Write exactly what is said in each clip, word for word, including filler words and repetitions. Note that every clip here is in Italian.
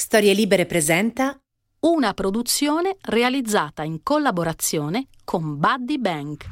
Storie Libere presenta una produzione realizzata in collaborazione con Buddy Bank.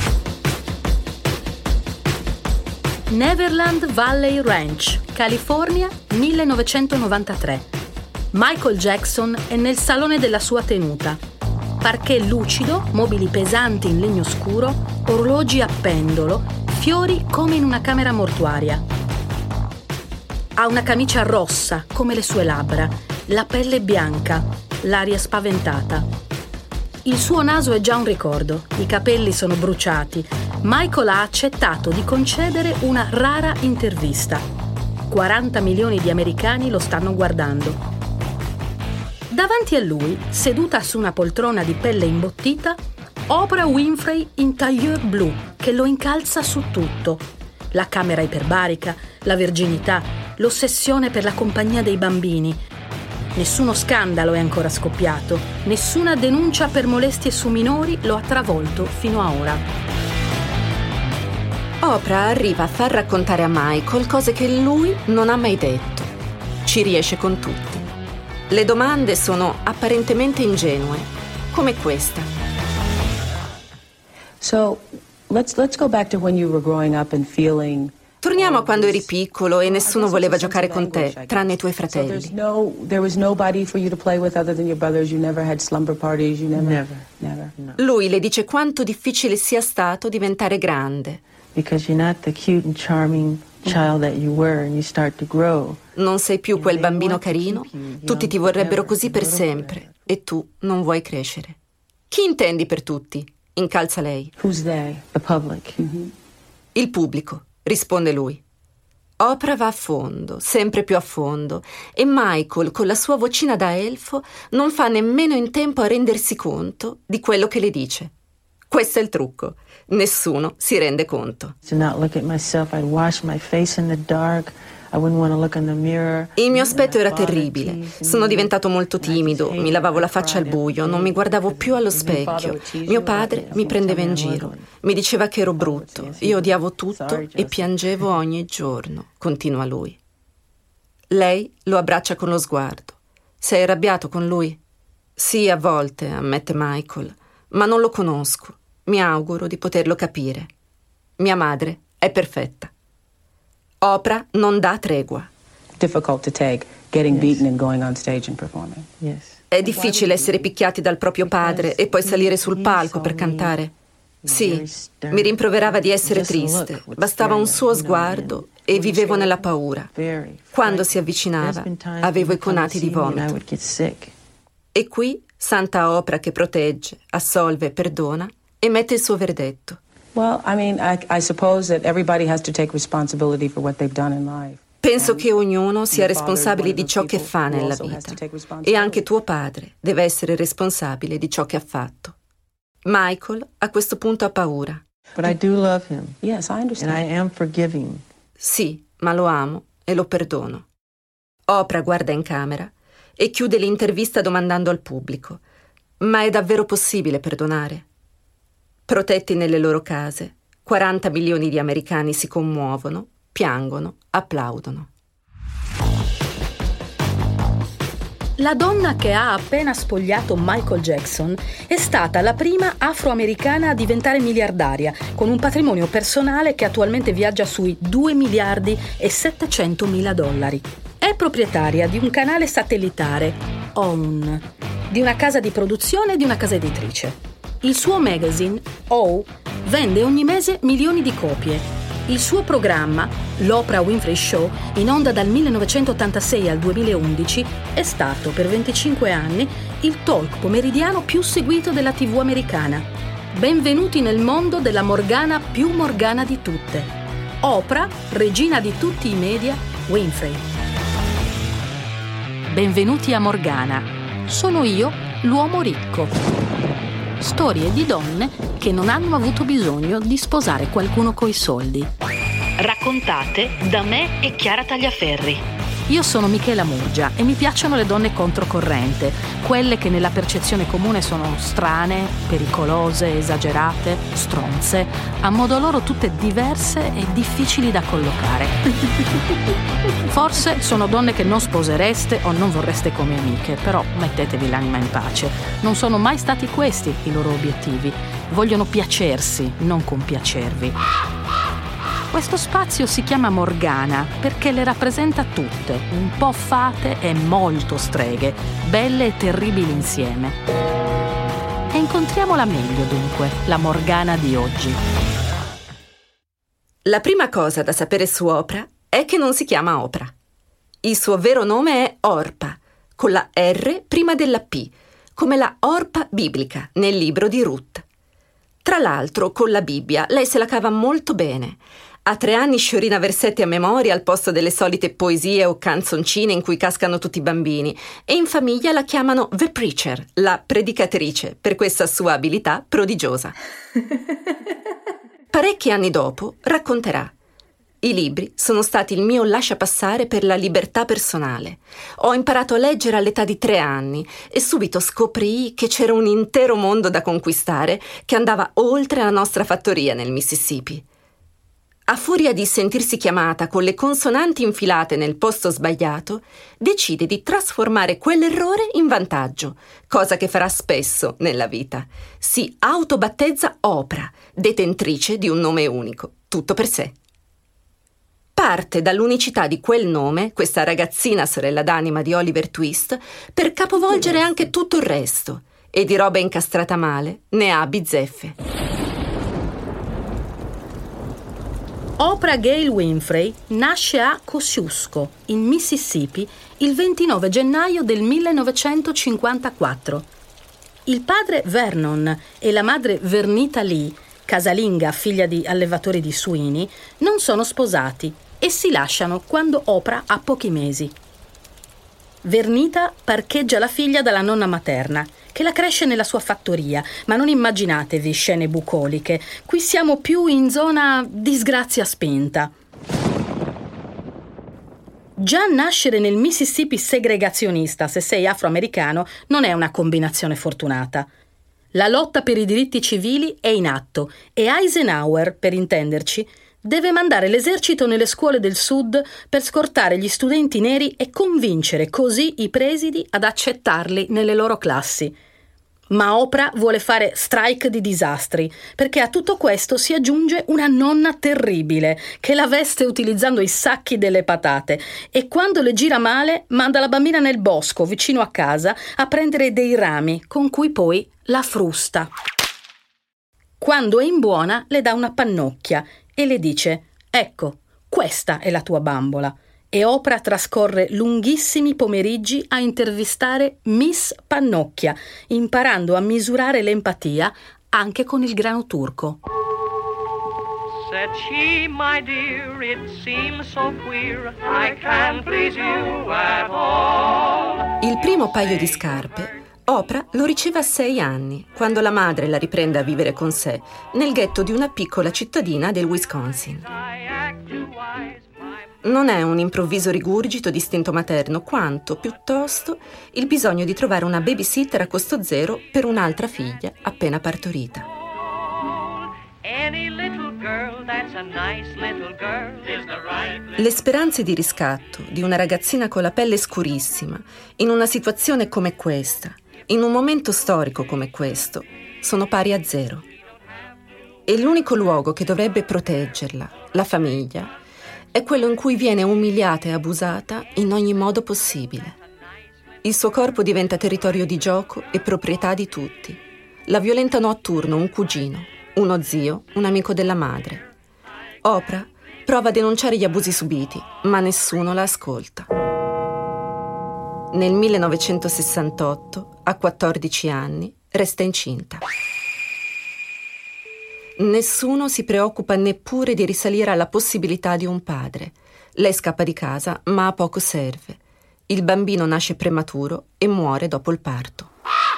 Neverland Valley Ranch, California, millenovecentonovantatré. Michael Jackson è nel salone della sua tenuta. Parquet lucido, mobili pesanti in legno scuro, orologi a pendolo, fiori come in una camera mortuaria. Ha una camicia rossa come le sue labbra, la pelle bianca, l'aria spaventata. Il suo naso è già un ricordo, i capelli sono bruciati. Michael ha accettato di concedere una rara intervista. quaranta milioni di americani lo stanno guardando. Davanti a lui, seduta su una poltrona di pelle imbottita, Oprah Winfrey in tailleur blu che lo incalza su tutto. La camera iperbarica, la verginità, l'ossessione per la compagnia dei bambini. Nessuno scandalo è ancora scoppiato, nessuna denuncia per molestie su minori lo ha travolto fino a ora. Oprah arriva a far raccontare a Michael cose che lui non ha mai detto. Ci riesce con tutti. Le domande sono apparentemente ingenue, come questa. So, let's let's go back to when you were growing up and feeling. Torniamo a quando eri piccolo e nessuno voleva giocare con te, tranne i tuoi fratelli. So no, there was nobody for you to play with other than your brothers. You never had slumber parties. You never, Never. never. No. Lui le dice quanto difficile sia stato diventare grande. Because you're not the cute and charming child that you were and you start to grow. Non sei più quel bambino carino, tutti ti vorrebbero così per sempre e tu non vuoi crescere. Chi intendi per tutti? Incalza lei. Who's they? The public. Mm-hmm. Il pubblico, risponde lui. Oprah va a fondo, sempre più a fondo, e Michael, con la sua vocina da elfo, non fa nemmeno in tempo a rendersi conto di quello che le dice. Questo è il trucco. Nessuno si rende conto. To not look at myself, I'd wash my face in the dark. I wouldn't want to look in the mirror. Il mio aspetto era terribile. Sono diventato molto timido, mi lavavo la faccia al buio, non mi guardavo più allo specchio. Mio padre mi prendeva in giro, mi diceva che ero brutto. Io odiavo tutto e piangevo ogni giorno, continua lui. Lei lo abbraccia con lo sguardo. Sei arrabbiato con lui? Sì, a volte, ammette Michael, ma non lo conosco. Mi auguro di poterlo capire. Mia madre è perfetta. Oprah non dà tregua. Difficult to take, getting beaten and going on stage and performing. Yes. È difficile essere picchiati dal proprio padre e poi salire sul palco per cantare. Sì, mi rimproverava di essere triste. Bastava un suo sguardo e vivevo nella paura. Quando si avvicinava, avevo i conati di vomito. E qui, Santa Oprah che protegge, assolve e perdona, emette il suo verdetto. Well, I mean, I, I suppose that everybody has to take responsibility for what they've done in life. Penso che ognuno sia responsabile di ciò che fa nella vita e anche tuo padre deve essere responsabile di ciò che ha fatto. Michael a questo punto ha paura. But I do love him. Yes, I understand. And I am forgiving. Sì, ma lo amo e lo perdono. Oprah guarda in camera e chiude l'intervista domandando al pubblico: ma è davvero possibile perdonare? Protetti nelle loro case, quaranta milioni di americani si commuovono, piangono, applaudono. La donna che ha appena spogliato Michael Jackson è stata la prima afroamericana a diventare miliardaria, con un patrimonio personale che attualmente viaggia sui due miliardi e settecentomila dollari. È proprietaria di un canale satellitare, O W N, di una casa di produzione e di una casa editrice. Il suo magazine, O, vende ogni mese milioni di copie. Il suo programma, l'Oprah Winfrey Show, in onda dal millenovecentottantasei al duemilaundici, è stato per venticinque anni il talk pomeridiano più seguito della tivù americana. Benvenuti nel mondo della Morgana più Morgana di tutte. Oprah, regina di tutti i media, Winfrey. Benvenuti a Morgana. Sono io, l'uomo ricco. Storie di donne che non hanno avuto bisogno di sposare qualcuno coi soldi. Raccontate da me e Chiara Tagliaferri. Io sono Michela Murgia e mi piacciono le donne controcorrente, quelle che nella percezione comune sono strane, pericolose, esagerate, stronze, a modo loro tutte diverse e difficili da collocare. Forse sono donne che non sposereste o non vorreste come amiche, però mettetevi l'anima in pace. Non sono mai stati questi i loro obiettivi. Vogliono piacersi, non compiacervi. Questo spazio si chiama Morgana perché le rappresenta tutte, un po' fate e molto streghe, belle e terribili insieme. E incontriamola meglio dunque, la Morgana di oggi. La prima cosa da sapere su Oprah è che non si chiama Oprah. Il suo vero nome è Orpa, con la R prima della P, come la Orpa biblica nel libro di Ruth. Tra l'altro, con la Bibbia lei se la cava molto bene. A tre anni sciorina versetti a memoria al posto delle solite poesie o canzoncine in cui cascano tutti i bambini, e in famiglia la chiamano The Preacher, la predicatrice, per questa sua abilità prodigiosa. Parecchi anni dopo racconterà: i libri sono stati il mio lasciapassare per la libertà personale. Ho imparato a leggere all'età di tre anni e subito scoprii che c'era un intero mondo da conquistare che andava oltre la nostra fattoria nel Mississippi. A furia di sentirsi chiamata con le consonanti infilate nel posto sbagliato, decide di trasformare quell'errore in vantaggio, cosa che farà spesso nella vita. Si autobattezza Oprah, detentrice di un nome unico, tutto per sé. Parte dall'unicità di quel nome, questa ragazzina sorella d'anima di Oliver Twist, per capovolgere anche tutto il resto, e di roba incastrata male ne ha bizzeffe. Oprah Gayle Winfrey nasce a Kosciuszko, in Mississippi, il ventinove gennaio del millenovecentocinquantaquattro. Il padre Vernon e la madre Vernita Lee, casalinga figlia di allevatori di suini, non sono sposati e si lasciano quando Oprah ha pochi mesi. Vernita parcheggia la figlia dalla nonna materna, che la cresce nella sua fattoria, ma non immaginatevi scene bucoliche. Qui siamo più in zona disgrazia spenta. Già nascere nel Mississippi segregazionista, se sei afroamericano, non è una combinazione fortunata. La lotta per i diritti civili è in atto e Eisenhower, per intenderci, deve mandare l'esercito nelle scuole del sud per scortare gli studenti neri e convincere così i presidi ad accettarli nelle loro classi. Ma Oprah vuole fare strike di disastri, perché a tutto questo si aggiunge una nonna terribile che la veste utilizzando i sacchi delle patate e quando le gira male manda la bambina nel bosco vicino a casa a prendere dei rami con cui poi la frusta. Quando è in buona le dà una pannocchia e le dice: ecco, questa è la tua bambola. E Oprah trascorre lunghissimi pomeriggi a intervistare Miss Pannocchia, imparando a misurare l'empatia anche con il grano turco. Said she, my dear, it seems so queer, I can't please you at all. Il primo paio di scarpe Oprah lo riceve a sei anni, quando la madre la riprende a vivere con sé nel ghetto di una piccola cittadina del Wisconsin. Non è un improvviso rigurgito di istinto materno, quanto, piuttosto, il bisogno di trovare una babysitter a costo zero per un'altra figlia appena partorita. Le speranze di riscatto di una ragazzina con la pelle scurissima, in una situazione come questa, in un momento storico come questo, sono pari a zero. E l'unico luogo che dovrebbe proteggerla, la famiglia, è quello in cui viene umiliata e abusata in ogni modo possibile. Il suo corpo diventa territorio di gioco e proprietà di tutti. La violentano a turno un cugino, uno zio, un amico della madre. Oprah prova a denunciare gli abusi subiti, ma nessuno la ascolta. Nel millenovecentosessantotto, a quattordici anni, resta incinta. Nessuno si preoccupa neppure di risalire alla possibilità di un padre. Lei scappa di casa, ma a poco serve. Il bambino nasce prematuro e muore dopo il parto.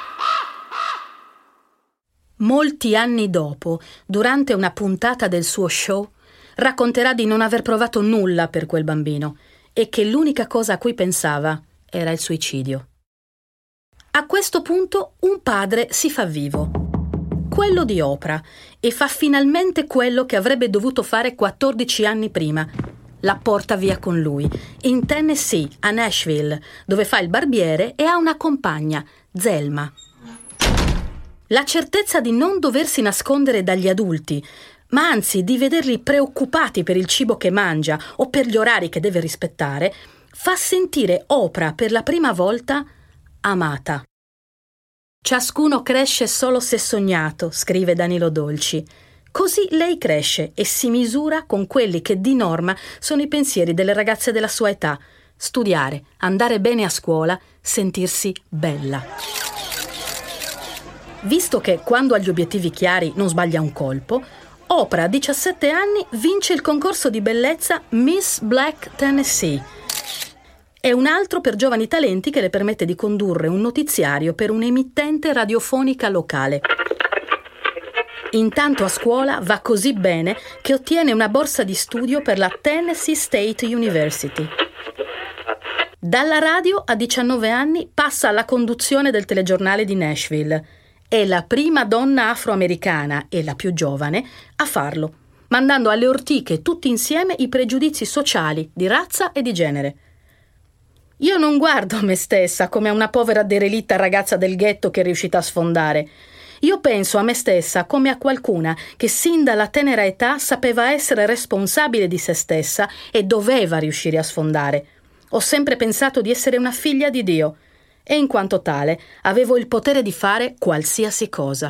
Molti anni dopo, durante una puntata del suo show, racconterà di non aver provato nulla per quel bambino e che l'unica cosa a cui pensava era il suicidio. A questo punto un padre si fa vivo, quello di Oprah, e fa finalmente quello che avrebbe dovuto fare quattordici anni prima. La porta via con lui, in Tennessee, a Nashville, dove fa il barbiere e ha una compagna, Zelma. La certezza di non doversi nascondere dagli adulti, ma anzi di vederli preoccupati per il cibo che mangia o per gli orari che deve rispettare, fa sentire Oprah per la prima volta amata. Ciascuno cresce solo se sognato, scrive Danilo Dolci. Così lei cresce e si misura con quelli che di norma sono i pensieri delle ragazze della sua età: studiare, andare bene a scuola, sentirsi bella. Visto che quando ha gli obiettivi chiari non sbaglia un colpo, Oprah a diciassette anni vince il concorso di bellezza Miss Black Tennessee. È un altro per giovani talenti che le permette di condurre un notiziario per un'emittente radiofonica locale. Intanto a scuola va così bene che ottiene una borsa di studio per la Tennessee State University. Dalla radio a diciannove anni passa alla conduzione del telegiornale di Nashville. È la prima donna afroamericana e la più giovane a farlo, mandando alle ortiche tutti insieme i pregiudizi sociali di razza e di genere. Io non guardo me stessa come a una povera derelitta ragazza del ghetto che è riuscita a sfondare. Io penso a me stessa come a qualcuna che sin dalla tenera età sapeva essere responsabile di se stessa e doveva riuscire a sfondare. Ho sempre pensato di essere una figlia di Dio e in quanto tale avevo il potere di fare qualsiasi cosa.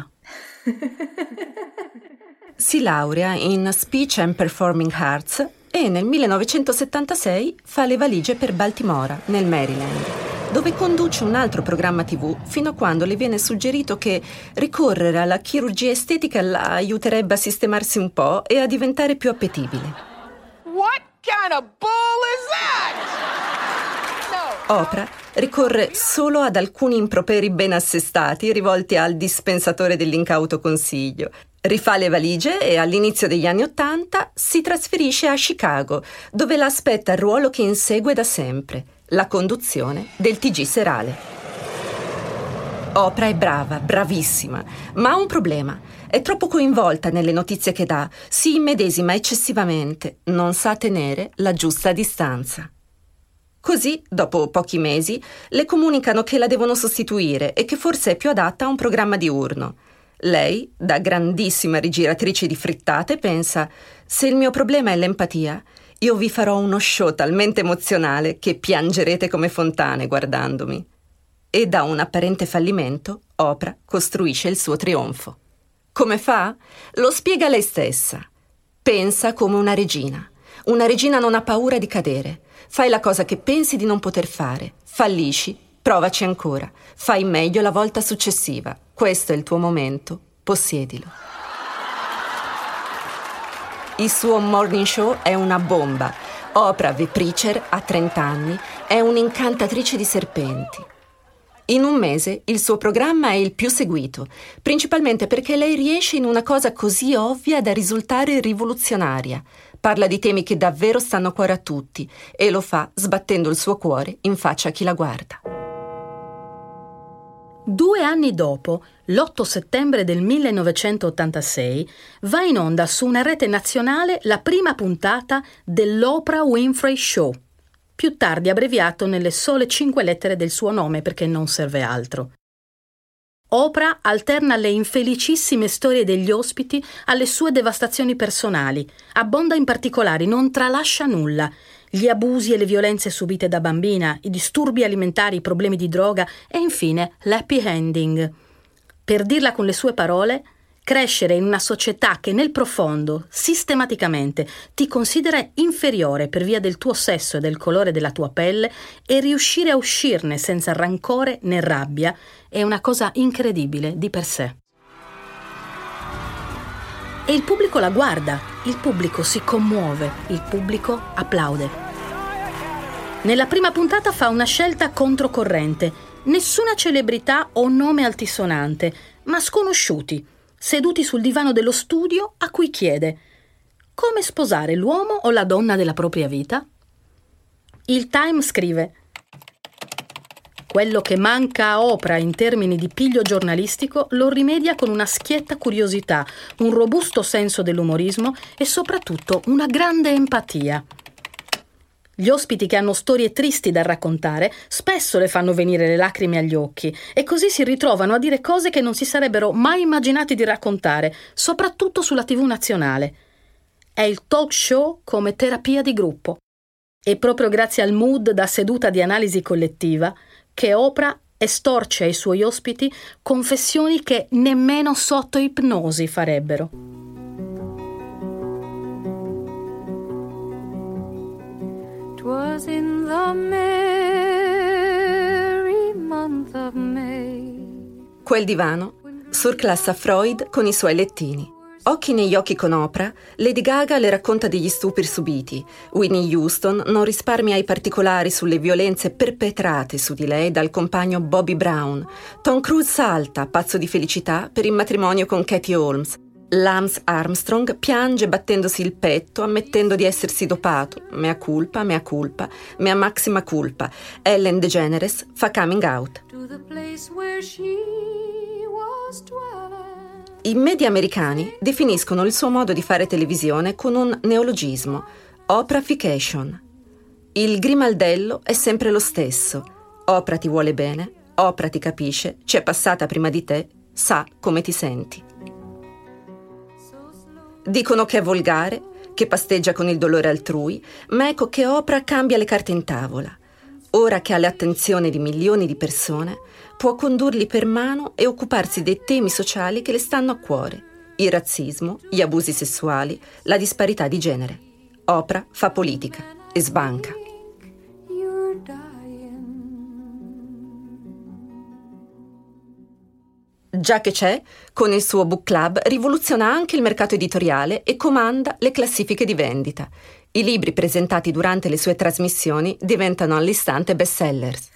Si laurea in Speech and Performing Arts e nel millenovecentosettantasei fa le valigie per Baltimora, nel Maryland, dove conduce un altro programma tivù fino a quando le viene suggerito che ricorrere alla chirurgia estetica la aiuterebbe a sistemarsi un po' e a diventare più appetibile. What kind of bull is that? No. Oprah ricorre solo ad alcuni improperi ben assestati rivolti al dispensatore dell'incauto consiglio. Rifà le valigie e all'inizio degli anni Ottanta si trasferisce a Chicago, dove la aspetta il ruolo che insegue da sempre, la conduzione del T G serale. Oprah è brava, bravissima, ma ha un problema. È troppo coinvolta nelle notizie che dà, si immedesima eccessivamente, non sa tenere la giusta distanza. Così, dopo pochi mesi, le comunicano che la devono sostituire e che forse è più adatta a un programma diurno. Lei, da grandissima rigiratrice di frittate, pensa: se il mio problema è l'empatia, io vi farò uno show talmente emozionale che piangerete come fontane guardandomi. E da un apparente fallimento, Oprah costruisce il suo trionfo. Come fa? Lo spiega lei stessa. Pensa come una regina. Una regina non ha paura di cadere. Fai la cosa che pensi di non poter fare. Fallisci, provaci ancora. Fai meglio la volta successiva. Questo è il tuo momento, possiedilo. Il suo morning show è una bomba. Oprah The Preacher ha trenta anni, è un'incantatrice di serpenti. In un mese il suo programma è il più seguito, principalmente perché lei riesce in una cosa così ovvia da risultare rivoluzionaria. Parla di temi che davvero stanno a cuore a tutti e lo fa sbattendo il suo cuore in faccia a chi la guarda. Due anni dopo, l'otto settembre del millenovecentottantasei, va in onda su una rete nazionale la prima puntata dell'Oprah Winfrey Show, più tardi abbreviato nelle sole cinque lettere del suo nome perché non serve altro. Oprah alterna le infelicissime storie degli ospiti alle sue devastazioni personali, abbonda in particolari, non tralascia nulla. Gli abusi e le violenze subite da bambina, i disturbi alimentari, i problemi di droga e infine l'happy ending. Per dirla con le sue parole, crescere in una società che nel profondo, sistematicamente, ti considera inferiore per via del tuo sesso e del colore della tua pelle e riuscire a uscirne senza rancore né rabbia è una cosa incredibile di per sé. E il pubblico la guarda, il pubblico si commuove, il pubblico applaude. Nella prima puntata fa una scelta controcorrente. Nessuna celebrità o nome altisonante, ma sconosciuti, seduti sul divano dello studio a cui chiede: come sposare l'uomo o la donna della propria vita? Il Time scrive: quello che manca a Oprah in termini di piglio giornalistico lo rimedia con una schietta curiosità, un robusto senso dell'umorismo e soprattutto una grande empatia. Gli ospiti che hanno storie tristi da raccontare spesso le fanno venire le lacrime agli occhi e così si ritrovano a dire cose che non si sarebbero mai immaginati di raccontare, soprattutto sulla tivù nazionale. È il talk show come terapia di gruppo. E proprio grazie al mood da seduta di analisi collettiva che Oprah estorce ai suoi ospiti confessioni che nemmeno sotto ipnosi farebbero. Was in the merry month of May. Quel divano surclassa Freud con i suoi lettini. Occhi negli occhi con Oprah, Lady Gaga le racconta degli stupri subiti. Whitney Houston non risparmia i particolari sulle violenze perpetrate su di lei dal compagno Bobby Brown. Tom Cruise salta, pazzo di felicità, per il matrimonio con Katie Holmes. Lance Armstrong piange battendosi il petto, ammettendo di essersi dopato. Mea culpa, mea culpa, mea maxima culpa. Ellen DeGeneres fa coming out. I media americani definiscono il suo modo di fare televisione con un neologismo: Oprahification. Il grimaldello è sempre lo stesso. Oprah ti vuole bene, Oprah ti capisce, c'è passata prima di te, sa come ti senti. Dicono che è volgare, che pasteggia con il dolore altrui, ma ecco che Oprah cambia le carte in tavola. Ora che ha l'attenzione di milioni di persone, può condurli per mano e occuparsi dei temi sociali che le stanno a cuore: il razzismo, gli abusi sessuali, la disparità di genere. Oprah fa politica e sbanca. Già che c'è, con il suo book club rivoluziona anche il mercato editoriale e comanda le classifiche di vendita. I libri presentati durante le sue trasmissioni diventano all'istante bestsellers.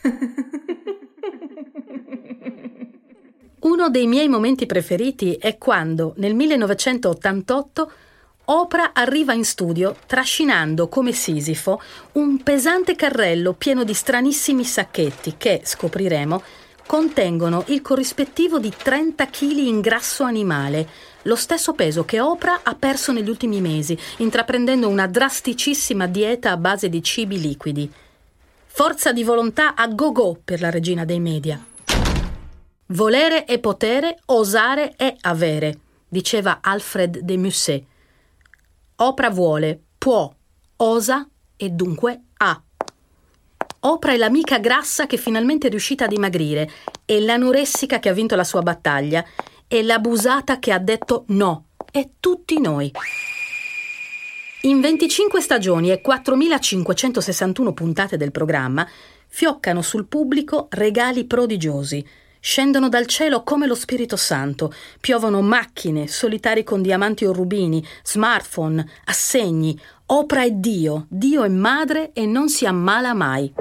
Uno dei miei momenti preferiti è quando, nel millenovecentottantotto, Oprah arriva in studio trascinando come Sisifo un pesante carrello pieno di stranissimi sacchetti che, scopriremo, contengono il corrispettivo di trenta chili in grasso animale, lo stesso peso che Oprah ha perso negli ultimi mesi, intraprendendo una drasticissima dieta a base di cibi liquidi. Forza di volontà a go-go per la regina dei media. Volere e potere, osare e avere, diceva Alfred de Musset. Oprah vuole, può, osa e dunque ha. Oprah è l'amica grassa che finalmente è riuscita a dimagrire, è l'anoressica che ha vinto la sua battaglia, è l'abusata che ha detto no, e tutti noi. In venticinque stagioni e quattromilacinquecentosessantuno puntate del programma fioccano sul pubblico regali prodigiosi, scendono dal cielo come lo Spirito Santo, piovono macchine, solitari con diamanti o rubini, smartphone, assegni. Oprah è Dio, Dio è madre e non si ammala mai.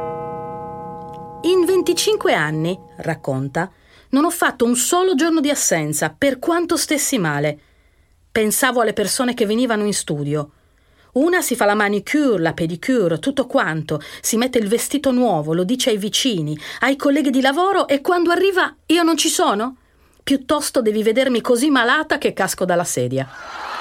In venticinque anni, racconta, non ho fatto un solo giorno di assenza, per quanto stessi male. Pensavo alle persone che venivano in studio. Una si fa la manicure, la pedicure, tutto quanto, si mette il vestito nuovo, lo dice ai vicini, ai colleghi di lavoro e quando arriva io non ci sono? Piuttosto devi vedermi così malata che casco dalla sedia.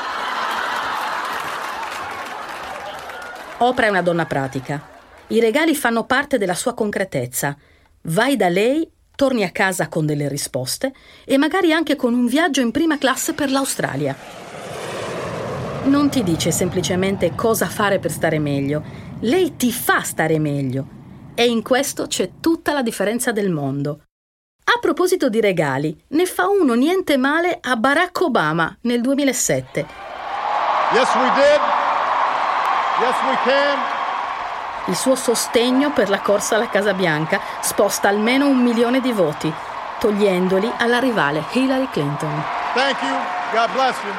Oprah è una donna pratica. I regali fanno parte della sua concretezza. Vai da lei, torni a casa con delle risposte e magari anche con un viaggio in prima classe per l'Australia. Non ti dice semplicemente cosa fare per stare meglio. Lei ti fa stare meglio. E in questo c'è tutta la differenza del mondo. A proposito di regali, ne fa uno niente male a Barack Obama nel duemilasette. Yes, we did. Yes, we can. Il suo sostegno per la corsa alla Casa Bianca sposta almeno un milione di voti, togliendoli alla rivale Hillary Clinton. Thank you. God bless you.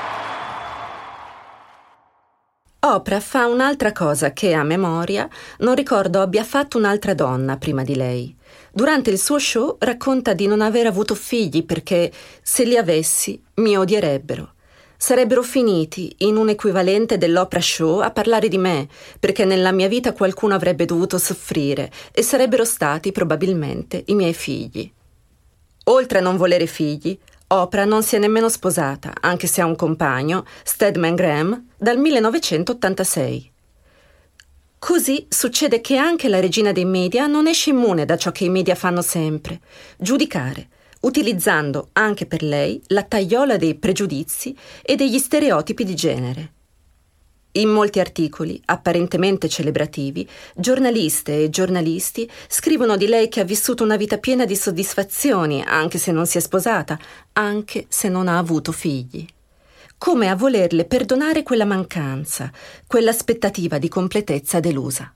Oprah fa un'altra cosa che, a memoria, non ricordo abbia fatto un'altra donna prima di lei. Durante il suo show racconta di non aver avuto figli perché, se li avessi, mi odierebbero. Sarebbero finiti in un equivalente dell'Oprah Show a parlare di me, perché nella mia vita qualcuno avrebbe dovuto soffrire e sarebbero stati probabilmente i miei figli. Oltre a non volere figli, Oprah non si è nemmeno sposata, anche se ha un compagno, Stedman Graham, dal millenovecentottantasei. Così succede che anche la regina dei media non esce immune da ciò che i media fanno sempre, giudicare, utilizzando anche per lei la tagliola dei pregiudizi e degli stereotipi di genere. In molti articoli, apparentemente celebrativi, giornaliste e giornalisti scrivono di lei che ha vissuto una vita piena di soddisfazioni, anche se non si è sposata, anche se non ha avuto figli. Come a volerle perdonare quella mancanza, quell'aspettativa di completezza delusa.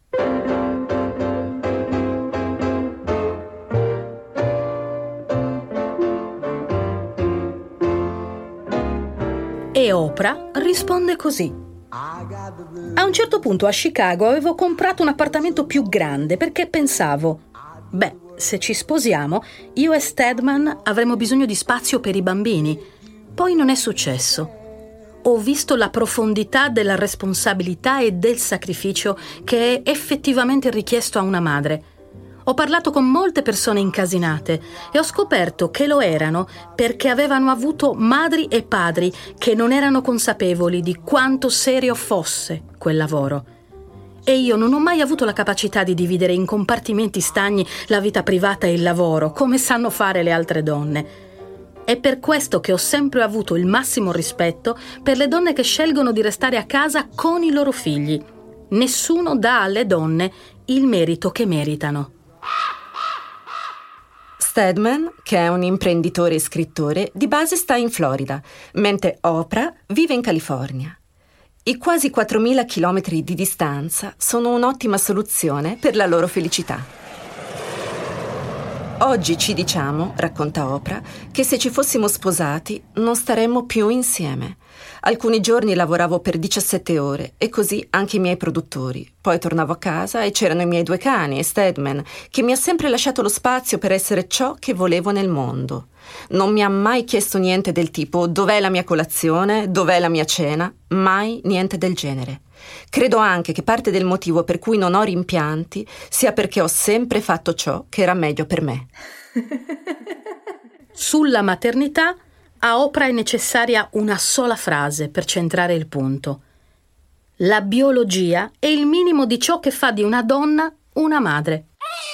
E Oprah risponde così. A un certo punto a Chicago avevo comprato un appartamento più grande perché pensavo, beh, se ci sposiamo, io e Stedman avremo bisogno di spazio per i bambini. Poi non è successo. Ho visto la profondità della responsabilità e del sacrificio che è effettivamente richiesto a una madre. Ho parlato con molte persone incasinate e ho scoperto che lo erano perché avevano avuto madri e padri che non erano consapevoli di quanto serio fosse quel lavoro. E io non ho mai avuto la capacità di dividere in compartimenti stagni la vita privata e il lavoro, come sanno fare le altre donne. È per questo che ho sempre avuto il massimo rispetto per le donne che scelgono di restare a casa con i loro figli. Nessuno dà alle donne il merito che meritano. Stedman, che è un imprenditore e scrittore, di base sta in Florida, mentre Oprah vive in California. I quasi quattromila chilometri di distanza sono un'ottima soluzione per la loro felicità. Oggi ci diciamo, racconta Oprah, che se ci fossimo sposati non staremmo più insieme. Alcuni giorni lavoravo per diciassette ore e così anche i miei produttori. Poi tornavo a casa e c'erano i miei due cani e Stedman, che mi ha sempre lasciato lo spazio per essere ciò che volevo nel mondo. Non mi ha mai chiesto niente del tipo dov'è la mia colazione, dov'è la mia cena, mai niente del genere. Credo anche che parte del motivo per cui non ho rimpianti sia perché ho sempre fatto ciò che era meglio per me. Sulla maternità, a Oprah è necessaria una sola frase per centrare il punto. La biologia è il minimo di ciò che fa di una donna una madre.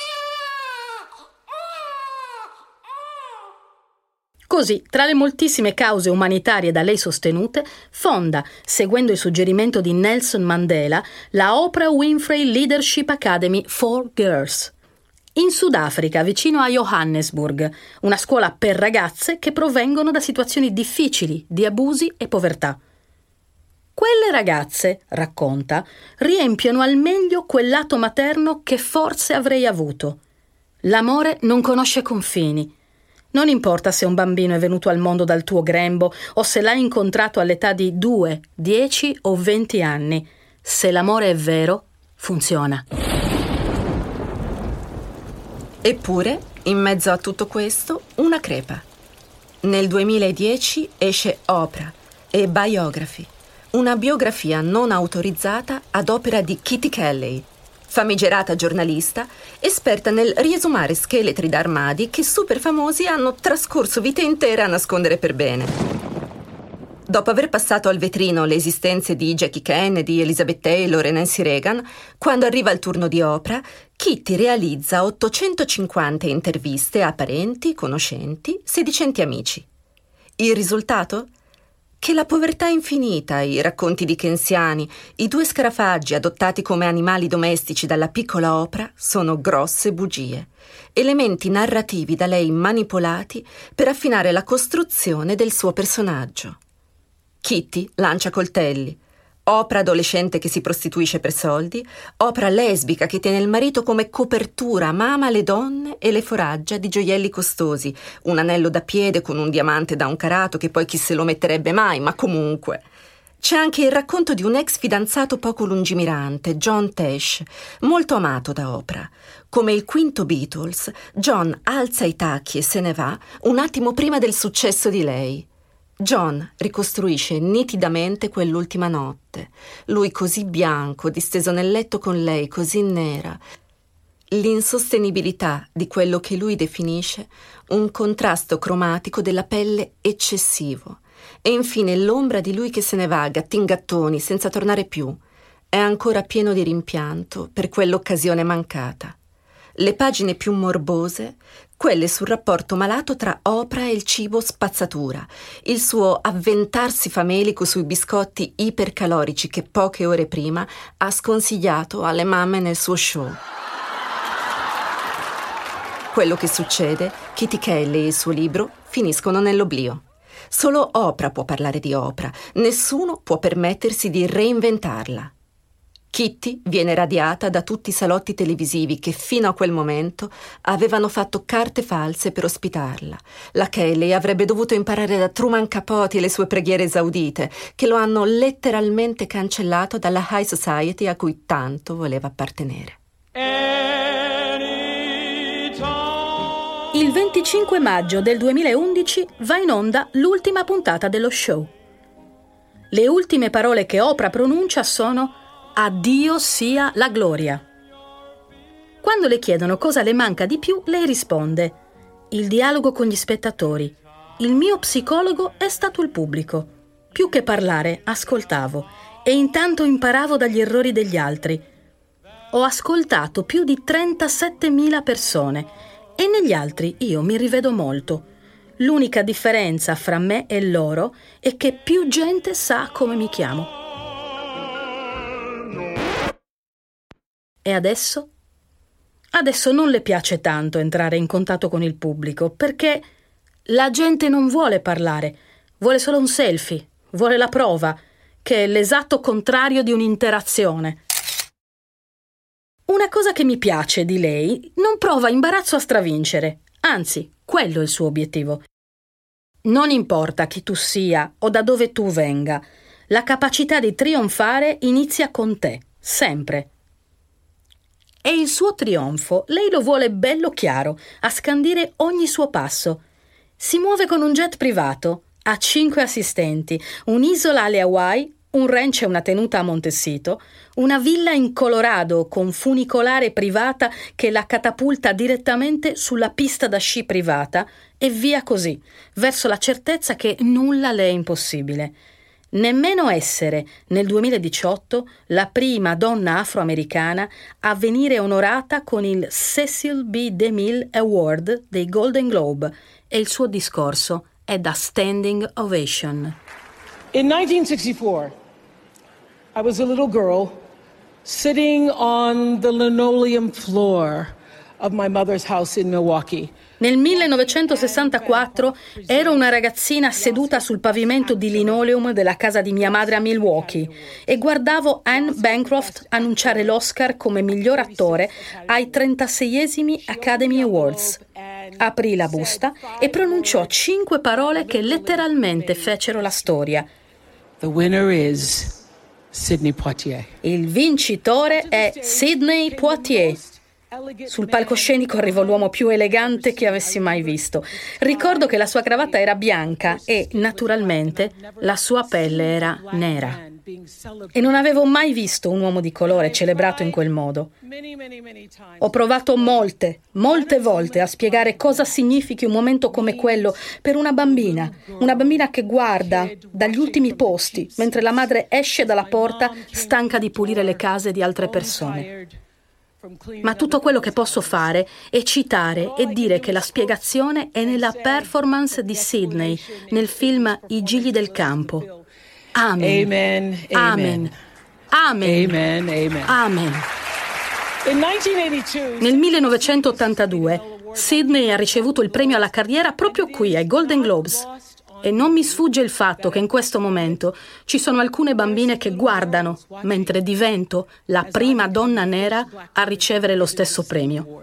Così, tra le moltissime cause umanitarie da lei sostenute, fonda, seguendo il suggerimento di Nelson Mandela, la Oprah Winfrey Leadership Academy for Girls. In Sudafrica, vicino a Johannesburg, una scuola per ragazze che provengono da situazioni difficili, di abusi e povertà. Quelle ragazze, racconta, riempiono al meglio quel lato materno che forse avrei avuto. L'amore non conosce confini. Non importa se un bambino è venuto al mondo dal tuo grembo o se l'hai incontrato all'età di due, dieci o venti anni. Se l'amore è vero, funziona. Eppure, in mezzo a tutto questo, una crepa. Nel duemiladieci esce Oprah, e Biography, una biografia non autorizzata ad opera di Kitty Kelley, famigerata giornalista, esperta nel riesumare scheletri d'armadi che super famosi hanno trascorso vite intere a nascondere per bene. Dopo aver passato al vetrino le esistenze di Jackie Kennedy, Elizabeth Taylor e Nancy Reagan, quando arriva il turno di Oprah, Kitty realizza ottocentocinquanta interviste a parenti, conoscenti, sedicenti amici. Il risultato? Che la povertà infinita, i racconti di kensiani, i due scarafaggi adottati come animali domestici dalla piccola Oprah sono grosse bugie, elementi narrativi da lei manipolati per affinare la costruzione del suo personaggio. Kitty lancia coltelli, Oprah adolescente che si prostituisce per soldi, Oprah lesbica che tiene il marito come copertura, ma ama le donne e le foraggia di gioielli costosi, un anello da piede con un diamante da un carato che poi chi se lo metterebbe mai, ma comunque. C'è anche il racconto di un ex fidanzato poco lungimirante, John Tesh, molto amato da Oprah. Come il quinto Beatles, John alza i tacchi e se ne va un attimo prima del successo di lei. John ricostruisce nitidamente quell'ultima notte. Lui così bianco, disteso nel letto con lei, così nera. L'insostenibilità di quello che lui definisce un contrasto cromatico della pelle eccessivo. E infine l'ombra di lui che se ne va a gattingattoni senza tornare più. È ancora pieno di rimpianto per quell'occasione mancata. Le pagine più morbose, quelle sul rapporto malato tra Oprah e il cibo spazzatura, il suo avventarsi famelico sui biscotti ipercalorici che poche ore prima ha sconsigliato alle mamme nel suo show. Quello che succede, Kitty Kelley e il suo libro finiscono nell'oblio. Solo Oprah può parlare di Oprah, nessuno può permettersi di reinventarla. Kitty viene radiata da tutti i salotti televisivi che fino a quel momento avevano fatto carte false per ospitarla. La Kelley avrebbe dovuto imparare da Truman Capote le sue preghiere esaudite, che lo hanno letteralmente cancellato dalla high society a cui tanto voleva appartenere. Il venticinque maggio del duemilaundici va in onda l'ultima puntata dello show. Le ultime parole che Oprah pronuncia sono "A Dio sia la gloria". Quando le chiedono cosa le manca di più, lei risponde: "Il dialogo con gli spettatori. Il mio psicologo è stato il pubblico. Più che parlare, ascoltavo e intanto imparavo dagli errori degli altri. Ho ascoltato più di trentasettemila persone e negli altri io mi rivedo molto. L'unica differenza fra me e loro è che più gente sa come mi chiamo". E adesso? Adesso non le piace tanto entrare in contatto con il pubblico, perché la gente non vuole parlare, vuole solo un selfie, vuole la prova, che è l'esatto contrario di un'interazione. Una cosa che mi piace di lei, non prova imbarazzo a stravincere, anzi, quello è il suo obiettivo. Non importa chi tu sia o da dove tu venga, la capacità di trionfare inizia con te, sempre. E il suo trionfo lei lo vuole bello chiaro, a scandire ogni suo passo. Si muove con un jet privato, ha cinque assistenti, un'isola alle Hawaii, un ranch e una tenuta a Montecito, una villa in Colorado con funicolare privata che la catapulta direttamente sulla pista da sci privata e via così, verso la certezza che nulla le è impossibile. Nemmeno essere, nel duemiladiciotto, la prima donna afroamericana a venire onorata con il Cecil B. DeMille Award dei Golden Globe, e il suo discorso è da standing ovation. In nineteen sixty-four, I was a little girl sitting on the linoleum floor of my mother's house in Milwaukee. Nel millenovecentosessantaquattro ero una ragazzina seduta sul pavimento di linoleum della casa di mia madre a Milwaukee e guardavo Anne Bancroft annunciare l'Oscar come miglior attore ai trentaseiesimi Academy Awards. Aprì la busta e pronunciò cinque parole che letteralmente fecero la storia. The winner is Sidney Poitier. Il vincitore è Sidney Poitier. Sul palcoscenico arrivò l'uomo più elegante che avessi mai visto. Ricordo che la sua cravatta era bianca e, naturalmente, la sua pelle era nera. E non avevo mai visto un uomo di colore celebrato in quel modo. Ho provato molte, molte volte a spiegare cosa significhi un momento come quello per una bambina, una bambina che guarda dagli ultimi posti mentre la madre esce dalla porta stanca di pulire le case di altre persone. Ma tutto quello che posso fare è citare e dire che la spiegazione è nella performance di Sidney nel film I gigli del campo. Amen. Amen. Amen. Amen. Amen. Amen. Amen. Nel millenovecentottantadue Sidney ha ricevuto il premio alla carriera proprio qui ai Golden Globes. E non mi sfugge il fatto che in questo momento ci sono alcune bambine che guardano mentre divento la prima donna nera a ricevere lo stesso premio.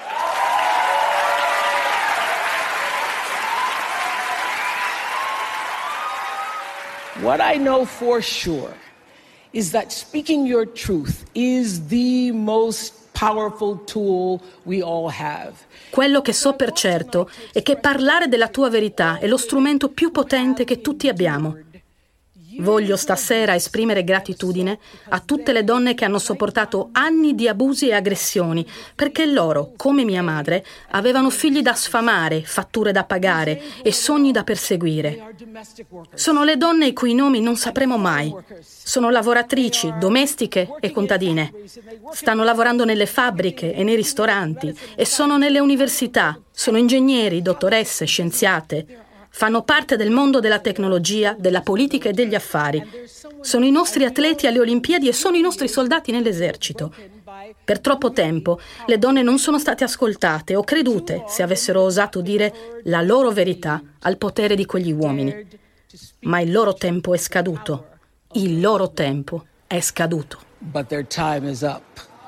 What I know for sure is that speaking your truth is the most powerful tool we all have. Quello che so per certo è che parlare della tua verità è lo strumento più potente che tutti abbiamo. Voglio stasera esprimere gratitudine a tutte le donne che hanno sopportato anni di abusi e aggressioni, perché loro, come mia madre, avevano figli da sfamare, fatture da pagare e sogni da perseguire. Sono le donne i cui nomi non sapremo mai. Sono lavoratrici, domestiche e contadine. Stanno lavorando nelle fabbriche e nei ristoranti e sono nelle università. Sono ingegneri, dottoresse, scienziate. Fanno parte del mondo della tecnologia, della politica e degli affari. Sono i nostri atleti alle Olimpiadi e sono i nostri soldati nell'esercito. Per troppo tempo le donne non sono state ascoltate o credute se avessero osato dire la loro verità al potere di quegli uomini. Ma il loro tempo è scaduto. Il loro tempo è scaduto. But their time is up.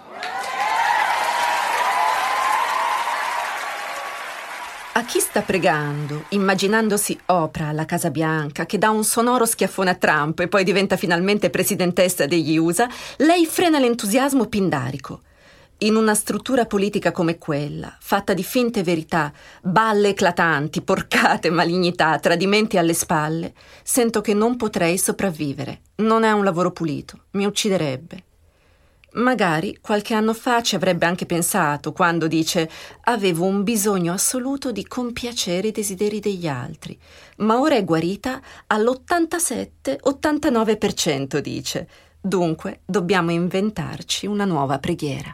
A chi sta pregando, immaginandosi Oprah alla Casa Bianca, che dà un sonoro schiaffone a Trump e poi diventa finalmente presidentessa degli U S A, lei frena l'entusiasmo pindarico. In una struttura politica come quella, fatta di finte verità, balle eclatanti, porcate, malignità, tradimenti alle spalle, sento che non potrei sopravvivere. Non è un lavoro pulito, mi ucciderebbe. Magari qualche anno fa ci avrebbe anche pensato quando dice «Avevo un bisogno assoluto di compiacere i desideri degli altri», ma ora è guarita all'ottantasette ottantanove per cento, dice. Dunque dobbiamo inventarci una nuova preghiera.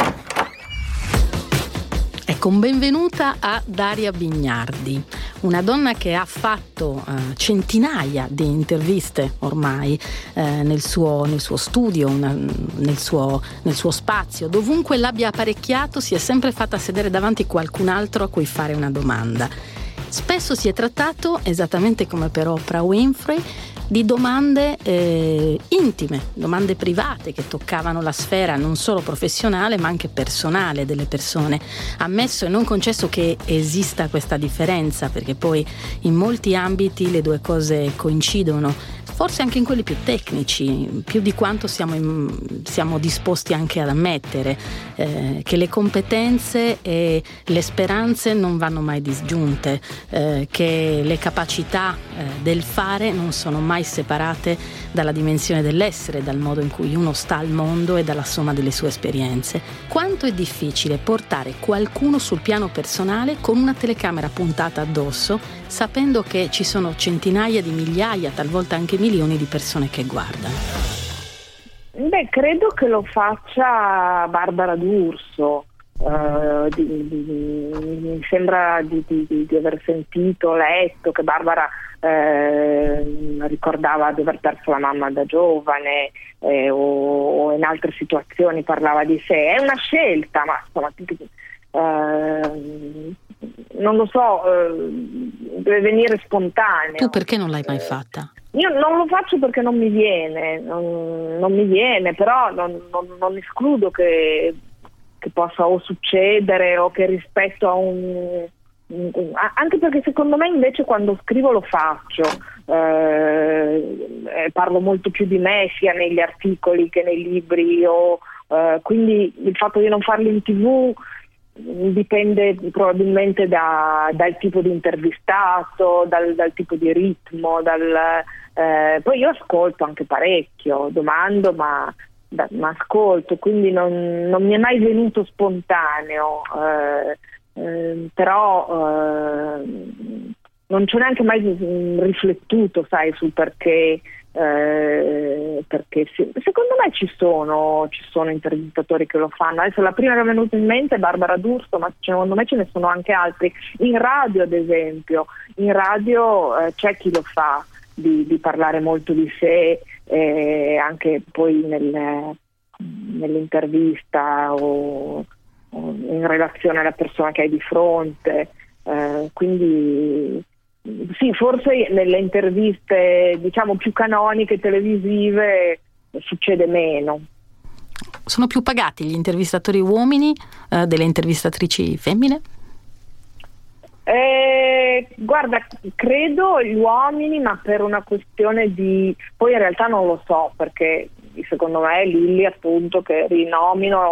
Ecco, un benvenuta a Daria Bignardi, una donna che ha fatto uh, centinaia di interviste ormai eh, nel, suo, nel suo studio, una, nel, suo, nel suo spazio. Dovunque l'abbia apparecchiato si è sempre fatta sedere davanti qualcun altro a cui fare una domanda. Spesso si è trattato, esattamente come per Oprah Winfrey, di domande eh, intime, domande private che toccavano la sfera non solo professionale ma anche personale delle persone. Ammesso e non concesso che esista questa differenza, perché poi in molti ambiti le due cose coincidono, forse anche in quelli più tecnici, più di quanto siamo, in, siamo disposti anche ad ammettere, eh, che le competenze e le speranze non vanno mai disgiunte, eh, che le capacità eh, del fare non sono mai separate dalla dimensione dell'essere, dal modo in cui uno sta al mondo e dalla somma delle sue esperienze. Quanto è difficile portare qualcuno sul piano personale con una telecamera puntata addosso, sapendo che ci sono centinaia di migliaia, talvolta anche milioni di persone che guardano. Beh, credo che lo faccia Barbara D'Urso. Uh, di, di, mi sembra di, di, di aver sentito, letto che Barbara eh, ricordava di aver perso la mamma da giovane, eh, o, o in altre situazioni parlava di sé. È una scelta, ma insomma eh, non lo so, eh, deve venire spontaneo. Tu perché non l'hai mai fatta? Io non lo faccio perché non mi viene, non, non mi viene, però non, non, non escludo che che possa o succedere o che rispetto a un, un, un anche perché secondo me invece quando scrivo lo faccio, eh, eh, parlo molto più di me sia negli articoli che nei libri, o, eh, quindi il fatto di non farli in tv dipende probabilmente da, dal tipo di intervistato, dal, dal tipo di ritmo, dal, eh, poi io ascolto anche parecchio, domando ma ma ascolto, quindi non, non mi è mai venuto spontaneo, eh, eh, però eh, non ci ho neanche mai riflettuto, sai, sul perché, eh, perché sì. Secondo me ci sono, ci sono intervistatori che lo fanno. Adesso la prima che è venuta in mente è Barbara D'Urso, ma secondo me ce ne sono anche altri. In radio, ad esempio, in radio eh, c'è chi lo fa, di, di parlare molto di sé, eh, anche poi nel, nell'intervista o, o in relazione alla persona che hai di fronte, eh, quindi sì, forse nelle interviste diciamo più canoniche televisive succede meno. Sono più pagati gli intervistatori uomini eh, delle intervistatrici femmine? Eh, guarda, credo gli uomini, ma per una questione di... Poi in realtà non lo so, perché secondo me Lilli, appunto, che rinomino,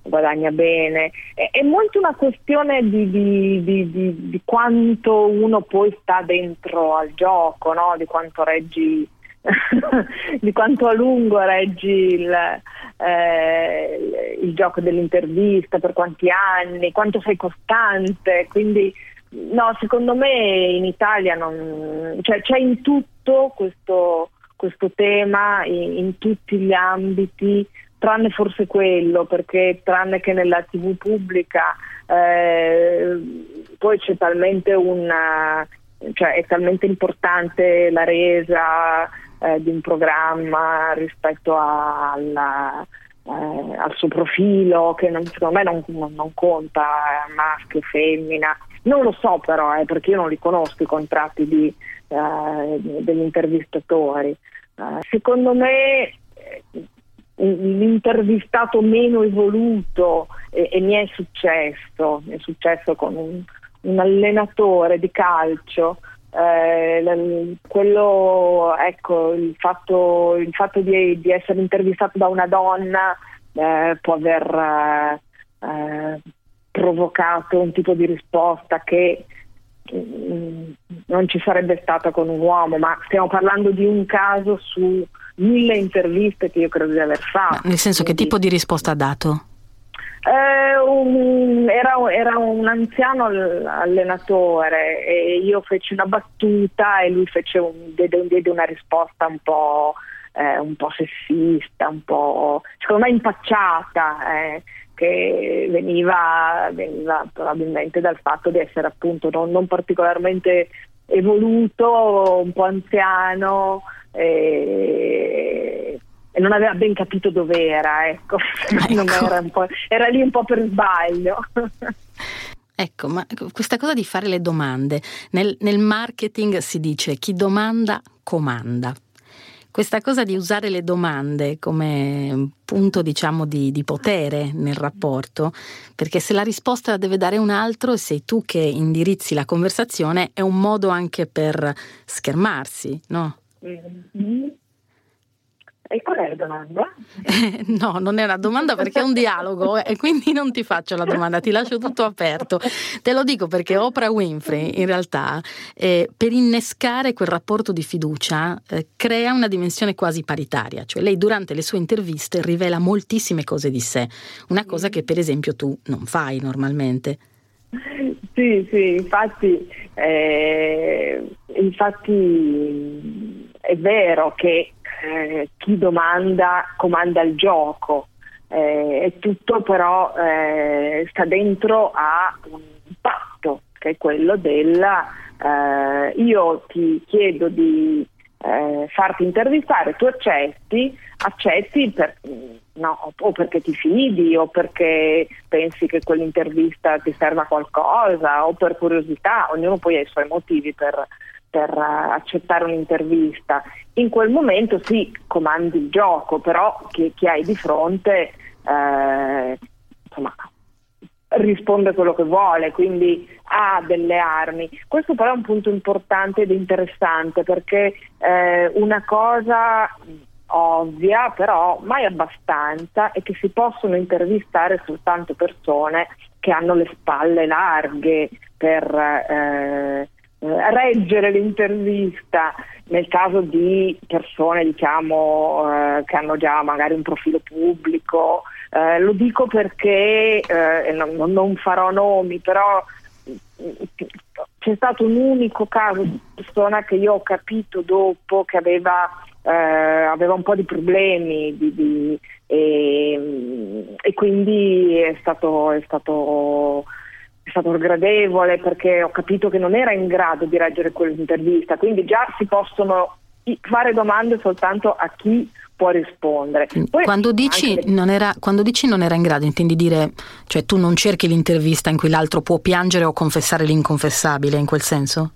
guadagna bene. È, è molto una questione di, di, di, di, di quanto uno poi sta dentro al gioco, no? Di quanto reggi di quanto a lungo reggi il, eh, il gioco dell'intervista, per quanti anni, quanto sei costante. Quindi no, secondo me in Italia non, cioè, c'è in tutto questo, questo tema, in, in tutti gli ambiti, tranne forse quello, perché tranne che nella tivù pubblica eh, poi c'è talmente una, cioè è talmente importante la resa eh, di un programma rispetto a, alla, eh, al suo profilo, che non, secondo me non, non, non conta eh, maschio, femmina. Non lo so però, eh, perché io non li conosco i contratti di, eh, degli intervistatori. Eh, secondo me eh, l'intervistato meno evoluto, e, e mi è successo, mi è successo con un, un allenatore di calcio, eh, quello, ecco, il fatto, il fatto di, di essere intervistato da una donna eh, può aver eh, provocato un tipo di risposta che mh, non ci sarebbe stata con un uomo, ma stiamo parlando di un caso su mille interviste che io credo di aver fatto. Ma nel senso, quindi, che tipo di risposta ha dato? Eh, un, era, era un anziano allenatore e io feci una battuta e lui fece un, diede, diede una risposta un po', eh, un po' sessista, un po' secondo me impacciata, eh, che veniva, veniva probabilmente dal fatto di essere appunto non, non particolarmente evoluto, un po' anziano, e, e non aveva ben capito dove era, ecco, ecco. Era, un po', era lì un po' per sbaglio. Ecco, ma questa cosa di fare le domande, nel, nel marketing si dice chi domanda comanda. Questa cosa di usare le domande come punto, diciamo, di, di potere nel rapporto, perché se la risposta la deve dare un altro e sei tu che indirizzi la conversazione, è un modo anche per schermarsi, no? Mm-hmm. E qual è la domanda? Eh, no, non è una domanda perché è un dialogo e quindi non ti faccio la domanda, ti lascio tutto aperto. Te lo dico perché Oprah Winfrey in realtà eh, per innescare quel rapporto di fiducia eh, crea una dimensione quasi paritaria, cioè lei durante le sue interviste rivela moltissime cose di sé, una cosa che per esempio tu non fai normalmente. Sì, sì, infatti, eh, infatti è vero che eh, chi domanda comanda il gioco, eh, e tutto però eh, sta dentro a un patto, che è quello del eh, io ti chiedo di eh, farti intervistare, tu accetti, accetti per, no, o perché ti fidi o perché pensi che quell'intervista ti serva a qualcosa o per curiosità, ognuno poi ha i suoi motivi per, per uh, accettare un'intervista. In quel momento sì, comandi il gioco, però chi, chi hai di fronte eh, insomma risponde quello che vuole, quindi ha delle armi. Questo però è un punto importante ed interessante, perché eh, una cosa ovvia, però mai abbastanza, è che si possono intervistare soltanto persone che hanno le spalle larghe per eh, reggere l'intervista. Nel caso di persone, diciamo, eh, che hanno già magari un profilo pubblico, eh, lo dico perché eh, non, non farò nomi, però c'è stato un unico caso di persona che io ho capito dopo che aveva eh, aveva un po' di problemi di, di, e, e quindi è stato è stato è stato sgradevole, perché ho capito che non era in grado di reggere quell'intervista, quindi già si possono fare domande soltanto a chi può rispondere. Poi quando dici, le... non era, quando dici non era in grado, intendi dire, cioè tu non cerchi l'intervista in cui l'altro può piangere o confessare l'inconfessabile, in quel senso?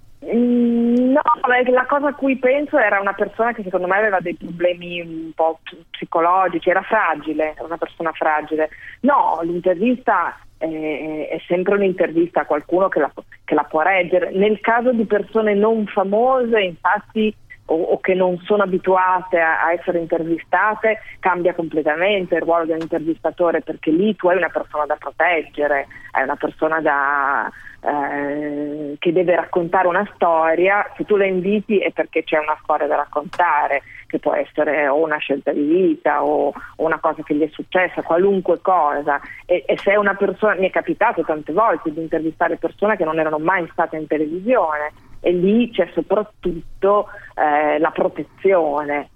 Mm, no, la cosa a cui penso era una persona che secondo me aveva dei problemi un po' psicologici, era fragile, era una persona fragile. No, l'intervista è, è sempre un'intervista a qualcuno che la, che la può reggere. Nel caso di persone non famose, infatti, o, o che non sono abituate a, a essere intervistate, cambia completamente il ruolo dell'intervistatore, perché lì tu hai una persona da proteggere, hai una persona da, eh, che deve raccontare una storia. Se tu la inviti è perché c'è una storia da raccontare, che può essere o una scelta di vita o, o una cosa che gli è successa, qualunque cosa, e, e se è una persona, mi è capitato tante volte di intervistare persone che non erano mai state in televisione, e lì c'è soprattutto eh, la protezione.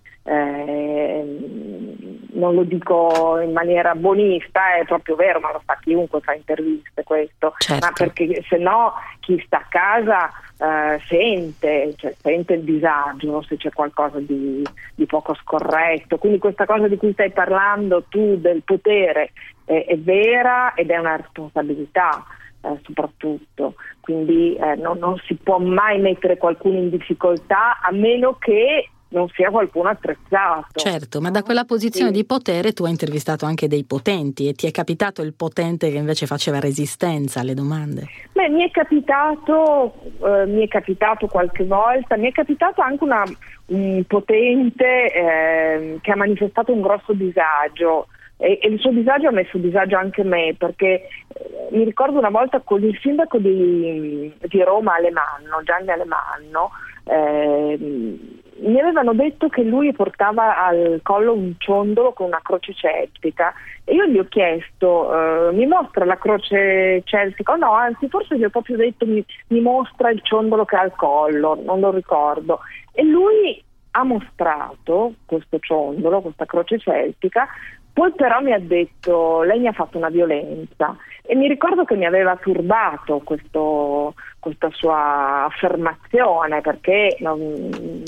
Eh, non lo dico in maniera buonista, è proprio vero, ma lo fa chiunque fa interviste questo, certo. Ma perché se no chi sta a casa eh, sente, cioè, sente il disagio se c'è qualcosa di, di poco scorretto, quindi questa cosa di cui stai parlando tu del potere è, è vera ed è una responsabilità. Eh, soprattutto, quindi eh, non, non si può mai mettere qualcuno in difficoltà a meno che non sia qualcuno attrezzato. Certo, ma da quella posizione sì. di potere tu hai intervistato anche dei potenti, e ti è capitato il potente che invece faceva resistenza alle domande? Beh, mi è capitato, eh, mi è capitato qualche volta, mi è capitato anche una, un potente eh, che ha manifestato un grosso disagio. E, e il suo disagio ha messo disagio anche me, perché eh, mi ricordo una volta con il sindaco di, di Roma Alemanno, Gianni Alemanno, eh, mi avevano detto che lui portava al collo un ciondolo con una croce celtica, e io gli ho chiesto eh, mi mostra la croce celtica? O no, anzi forse gli ho proprio detto mi, mi mostra il ciondolo che ha al collo, non lo ricordo, e lui ha mostrato questo ciondolo, questa croce celtica. Poi però mi ha detto, lei mi ha fatto una violenza, e mi ricordo che mi aveva turbato questo, questa sua affermazione, perché non,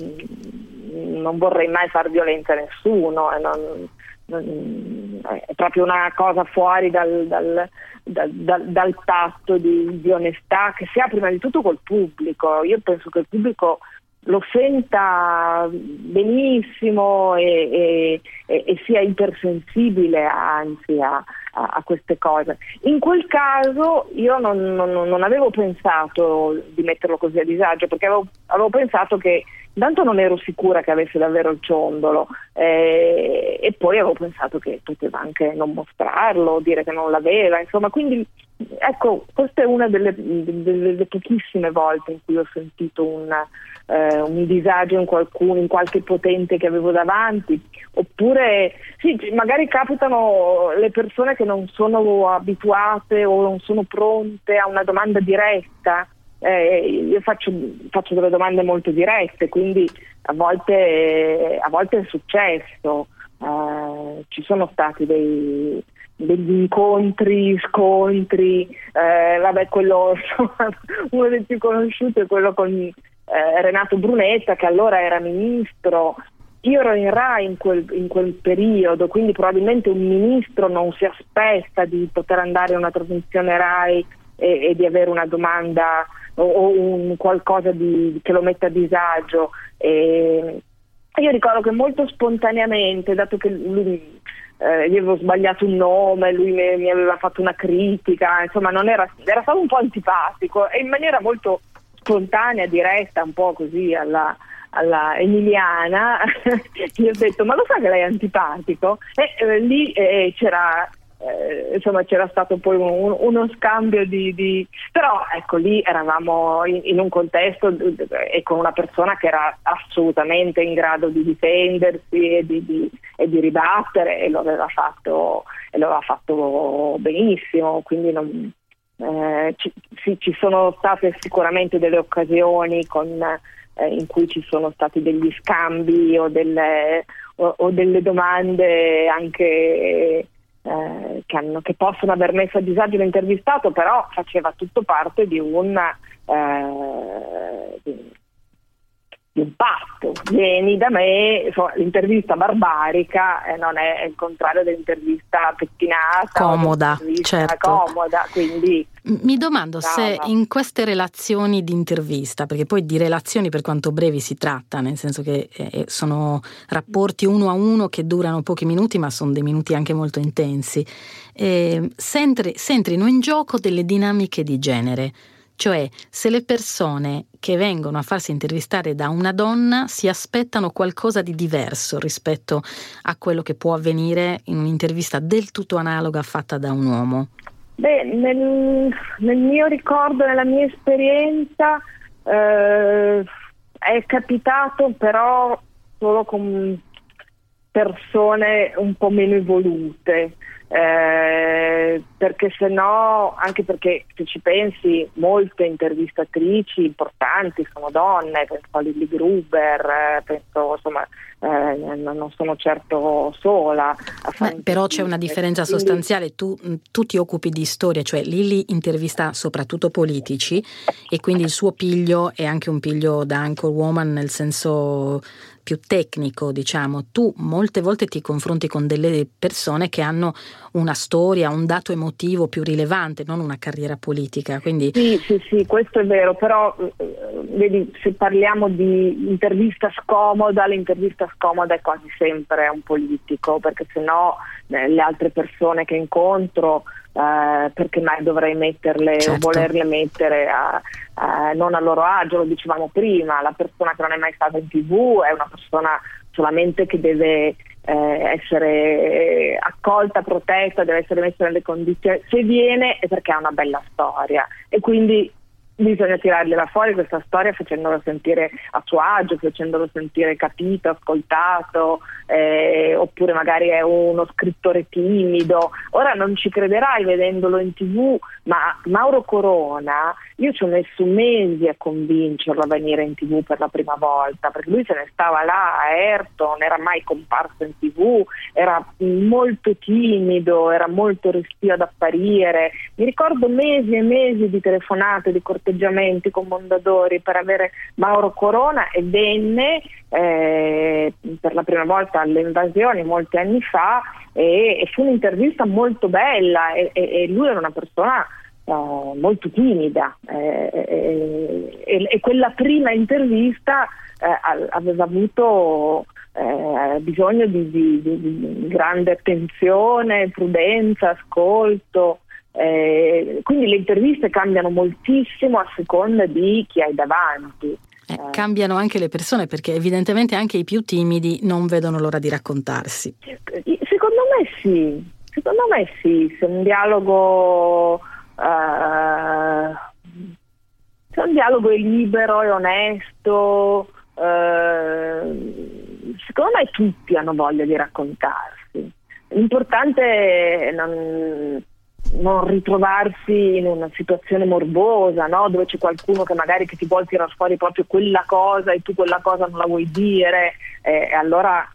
non vorrei mai far violenza a nessuno, e non, non, è proprio una cosa fuori dal, dal, dal, dal, dal patto di, di onestà che si ha prima di tutto col pubblico. Io penso che il pubblico lo senta benissimo e, e, e sia ipersensibile anzi a, a, a queste cose. In quel caso io non, non, non avevo pensato di metterlo così a disagio, perché avevo, avevo pensato che intanto non ero sicura che avesse davvero il ciondolo, eh, e poi avevo pensato che poteva anche non mostrarlo, dire che non l'aveva, insomma, quindi ecco, questa è una delle, delle, delle pochissime volte in cui ho sentito un, eh, un disagio in qualcuno, in qualche potente che avevo davanti. Oppure sì, magari capitano le persone che non sono abituate o non sono pronte a una domanda diretta. Eh, io faccio, faccio delle domande molto dirette, quindi a volte, a volte è successo, eh, ci sono stati dei, degli incontri, scontri, eh, vabbè, quello insomma, uno dei più conosciuti è quello con eh, Renato Brunetta, che allora era ministro. Io ero in Rai in quel, in quel periodo, quindi probabilmente un ministro non si aspetta di poter andare a una trasmissione Rai e, e di avere una domanda o un qualcosa di, che lo metta a disagio. E io ricordo che molto spontaneamente, dato che lui, eh, io avevo sbagliato un nome, lui mi, mi aveva fatto una critica, insomma non era, era stato un po' antipatico, e in maniera molto spontanea, diretta, un po' così alla, alla emiliana gli ho detto: ma lo sa che lei è antipatico? E eh, lì eh, c'era Eh, insomma c'era stato poi un, uno scambio di, di però ecco, lì eravamo in, in un contesto e con una persona che era assolutamente in grado di difendersi e di, di, e di ribattere, e lo aveva fatto e lo aveva fatto benissimo, quindi non, eh, ci, sì, ci sono state sicuramente delle occasioni con, eh, in cui ci sono stati degli scambi o delle, o, o delle domande anche Eh, che, hanno, che possono aver messo a disagio l'intervistato, però faceva tutto parte di un eh, di, di un patto. Vieni da me, insomma, l'intervista barbarica eh, non è il contrario dell'intervista pettinata, comoda, certo. comoda, quindi mi domando brava. Se in queste relazioni di intervista, perché poi di relazioni per quanto brevi si tratta, nel senso che eh, sono rapporti uno a uno che durano pochi minuti, ma sono dei minuti anche molto intensi, eh, s'entri, s'entrino in gioco delle dinamiche di genere. Cioè, se le persone che vengono a farsi intervistare da una donna si aspettano qualcosa di diverso rispetto a quello che può avvenire in un'intervista del tutto analoga fatta da un uomo. Beh, nel, nel mio ricordo, nella mia esperienza, eh, è capitato però solo con persone un po' meno evolute. Eh, perché se no, anche perché se ci pensi, molte intervistatrici importanti sono donne, penso a Lily Gruber, eh, penso insomma, eh, non sono certo sola a fare. Beh, però c'è una differenza sostanziale, tu, tu ti occupi di storia, cioè Lily intervista soprattutto politici e quindi il suo piglio è anche un piglio da anchorwoman nel senso più tecnico, diciamo. Tu molte volte ti confronti con delle persone che hanno una storia, un dato emotivo più rilevante, non una carriera politica. Quindi sì, sì, sì, questo è vero, però vedi, se parliamo di intervista scomoda, l'intervista scomoda è quasi sempre un politico, perché sennò eh, le altre persone che incontro Uh, perché mai dovrei metterle certo. o volerle mettere a, a, non a loro agio, lo dicevamo prima, la persona che non è mai stata in tivù è una persona solamente che deve eh, essere accolta, protetta, deve essere messa nelle condizioni, se viene è perché ha una bella storia e quindi bisogna tirargliela fuori questa storia facendolo sentire a suo agio, facendolo sentire capito, ascoltato, eh, oppure magari è uno scrittore timido. Ora non ci crederai vedendolo in tivù, ma Mauro Corona, io ci ho messo mesi a convincerlo a venire in tivù per la prima volta, perché lui se ne stava là a Ayrton, non era mai comparso in tivù, era molto timido, era molto restio ad apparire. Mi ricordo mesi e mesi di telefonate, di corteggiamenti con Mondadori per avere Mauro Corona e venne eh, per la prima volta alle Invasioni molti anni fa e, e fu un'intervista molto bella e, e, e lui era una persona Uh, molto timida eh, eh, e, e quella prima intervista eh, aveva avuto eh, bisogno di, di, di, di grande attenzione, prudenza, ascolto, eh, quindi le interviste cambiano moltissimo a seconda di chi hai davanti. Eh, cambiano anche le persone, perché evidentemente anche i più timidi non vedono l'ora di raccontarsi. Secondo me sì, secondo me sì, se un dialogo Uh, se un dialogo è libero e onesto, uh, secondo me tutti hanno voglia di raccontarsi. L'importante è non, non ritrovarsi in una situazione morbosa, no? Dove c'è qualcuno che magari che ti vuol tirar fuori proprio quella cosa e tu quella cosa non la vuoi dire e, e allora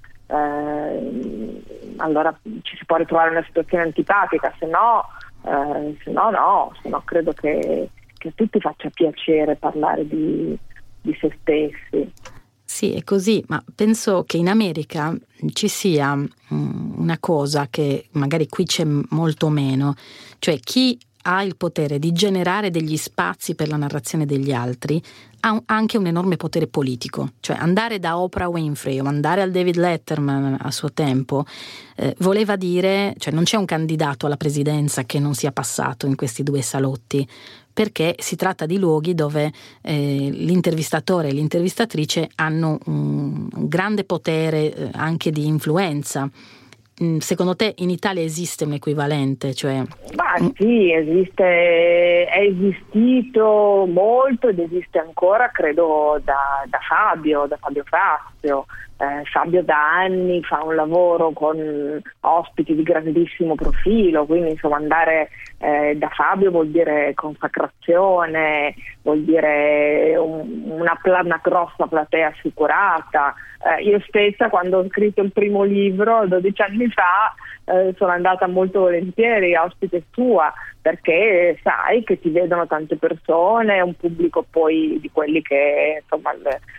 eh, allora ci si può ritrovare in una situazione antipatica, se no Uh, se no no, se no credo che, che a tutti faccia piacere parlare di, di se stessi. Sì, è così, ma penso che in America ci sia um, una cosa che magari qui c'è molto meno, cioè chi ha il potere di generare degli spazi per la narrazione degli altri ha anche un enorme potere politico, cioè andare da Oprah Winfrey o andare al David Letterman a suo tempo eh, voleva dire, cioè non c'è un candidato alla presidenza che non sia passato in questi due salotti, perché si tratta di luoghi dove eh, l'intervistatore e l'intervistatrice hanno un, un grande potere eh, anche di influenza. Secondo te in Italia esiste un equivalente? Cioè... Ma sì, esiste, è esistito molto ed esiste ancora, credo, da, da Fabio, da Fabio Fazio. Eh, Fabio da anni fa un lavoro con ospiti di grandissimo profilo, quindi insomma andare eh, da Fabio vuol dire consacrazione, vuol dire un, una, una grossa platea assicurata. Eh, io stessa quando ho scritto il primo libro dodici anni fa eh, sono andata molto volentieri ospite sua, perché sai che ti vedono tante persone, un pubblico poi di quelli che insomma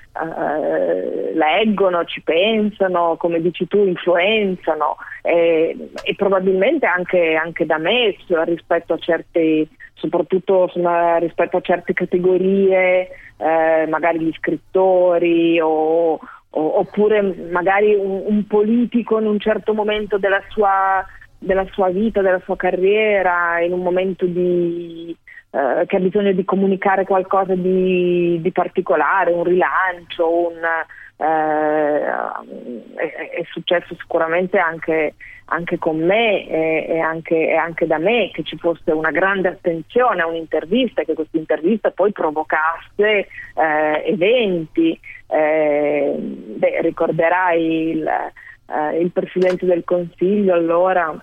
eh, leggono, ci pensano, come dici tu, influenzano e, e probabilmente anche, anche da me rispetto a certi, soprattutto insomma, rispetto a certe categorie, eh, magari gli scrittori o oppure magari un, un politico in un certo momento della sua, della sua vita, della sua carriera, in un momento di, eh, che ha bisogno di comunicare qualcosa di, di particolare, un rilancio, un, eh, è, è successo sicuramente anche, anche con me e, e, anche, e anche da me che ci fosse una grande attenzione a un'intervista, che questa intervista poi provocasse eh, eventi. Eh, beh, ricorderai il, eh, il Presidente del Consiglio allora,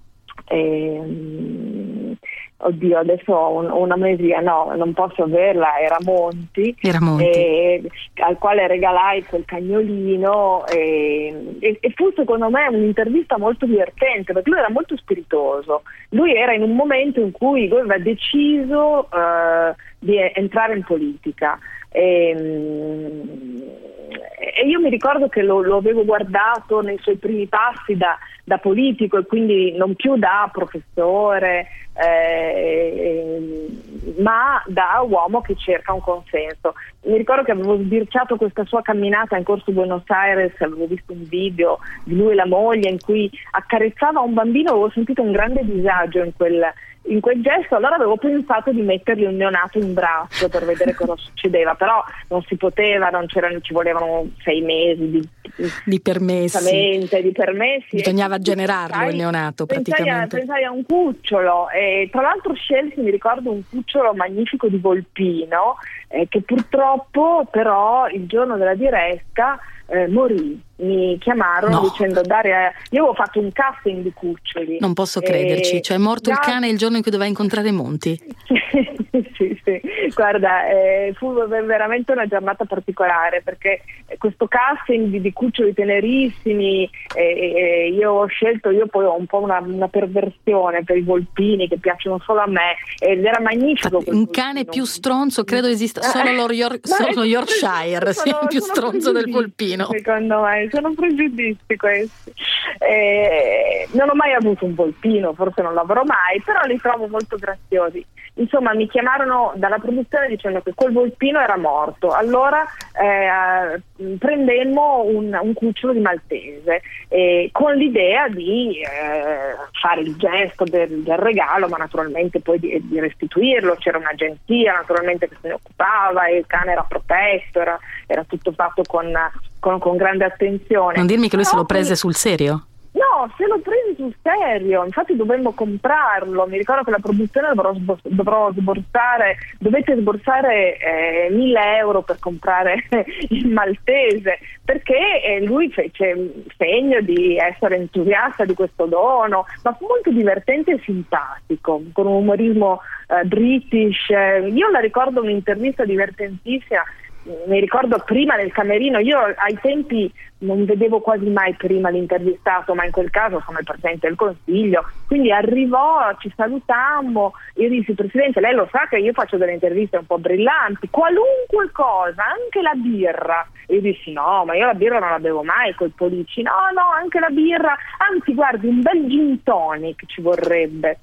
eh, oddio adesso ho, un, ho un'amnesia, no, non posso averla, era Monti, era Monti. Eh, al quale regalai quel cagnolino eh, e, e fu secondo me un'intervista molto divertente perché lui era molto spiritoso, lui era in un momento in cui lui aveva deciso eh, di entrare in politica. E, e io mi ricordo che lo, lo avevo guardato nei suoi primi passi da, da politico e quindi non più da professore eh, ma da uomo che cerca un consenso. Mi ricordo che avevo sbirciato questa sua camminata in Corso Buenos Aires, avevo visto un video di lui e la moglie in cui accarezzava un bambino, avevo sentito un grande disagio in quel in quel gesto, allora avevo pensato di mettergli un neonato in braccio per vedere cosa succedeva, però non si poteva, non c'erano, ci volevano sei mesi di, di permessi, di permessi bisognava e generarlo pensai, il neonato pensai praticamente. A, pensai a un cucciolo e tra l'altro scelsi, mi ricordo, un cucciolo magnifico di Volpino eh, che purtroppo però il giorno della diretta eh, morì. Mi chiamarono no. dicendo Daria, io avevo fatto un casting di cuccioli. Non posso crederci, e... cioè è morto da... il cane il giorno in cui doveva incontrare Monti. sì, sì, guarda, eh, fu veramente una giornata particolare perché questo casting di, di cuccioli tenerissimi, eh, eh, io ho scelto, io poi ho un po' una, una perversione per i volpini che piacciono solo a me ed era magnifico. Infatti, un cane più stronzo credo esista solo, lo York, solo Yorkshire, sia il più stronzo del volpino. Secondo me sono pregiudizi questi. Eh, non ho mai avuto un volpino, forse non l'avrò mai, però li trovo molto graziosi. Insomma, mi chiamarono dalla produzione dicendo che quel volpino era morto, allora eh, prendemmo un, un cucciolo di maltese eh, con l'idea di eh, fare il gesto del, del regalo, ma naturalmente poi di, di restituirlo. C'era un'agenzia naturalmente che se ne occupava e il cane era protetto, era, era tutto fatto con, con, con grande attenzione. Non dirmi che lui Però, se lo prese sul serio? No, se lo presi sul serio, infatti dovemmo comprarlo. Mi ricordo che la produzione dovrò, sbor- dovrò sborsare, dovete sborsare eh, mille euro per comprare il maltese, perché eh, lui fece segno di essere entusiasta di questo dono, ma fu molto divertente e simpatico, con un umorismo eh, british. Io la ricordo un'intervista divertentissima. Mi ricordo prima nel camerino, io ai tempi non vedevo quasi mai prima l'intervistato, ma in quel caso come Presidente del Consiglio, quindi arrivò, ci salutammo, io dissi: Presidente, lei lo sa che io faccio delle interviste un po' brillanti, qualunque cosa, anche la birra. Io dissi: no, ma io la birra non la bevo mai coi polici. No, no, anche la birra, anzi guardi, un bel gin tonic ci vorrebbe.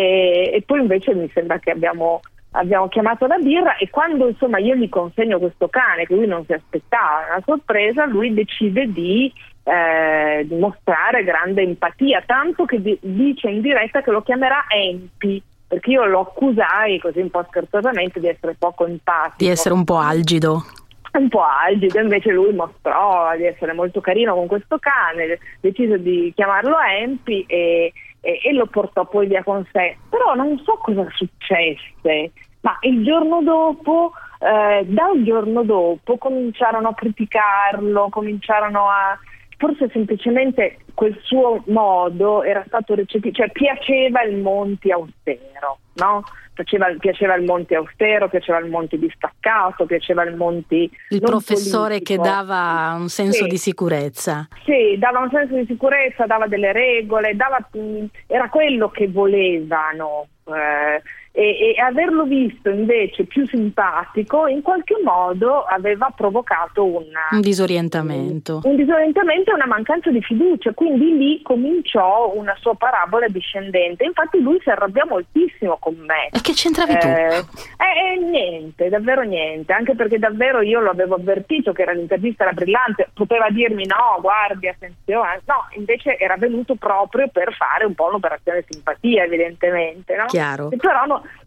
E, e poi invece mi sembra che abbiamo abbiamo chiamato la birra, e quando insomma io gli consegno questo cane che lui non si aspettava, una sorpresa, lui decide di eh, mostrare grande empatia, tanto che di- dice in diretta che lo chiamerà Empi, perché io lo accusai così un po' scherzosamente di essere poco empatico, di essere un po' algido. un po' algido, invece lui mostrò di essere molto carino con questo cane, decise di chiamarlo Empi e E, e lo portò poi via con sé. Però non so cosa successe, ma il giorno dopo, eh, dal giorno dopo cominciarono a criticarlo, cominciarono a, forse semplicemente quel suo modo era stato recepito, cioè piaceva il Monti austero, no? Piaceva, piaceva il Monti austero, piaceva il Monti distaccato, piaceva il Monti il non professore politico. Che dava un senso sì. di sicurezza. Sì, dava un senso di sicurezza, dava delle regole, dava, era quello che volevano. Eh, e, e averlo visto invece più simpatico in qualche modo aveva provocato una, un disorientamento un, un disorientamento e una mancanza di fiducia, quindi lì cominciò una sua parabola discendente. Infatti lui si arrabbiò moltissimo con me. E che c'entravi tu? Eh, eh, niente, davvero niente, anche perché davvero io lo avevo avvertito che era l'intervista era brillante, poteva dirmi no, guardi, attenzione, no, invece era venuto proprio per fare un po' un'operazione simpatia, evidentemente, no? Chiaro. E però no,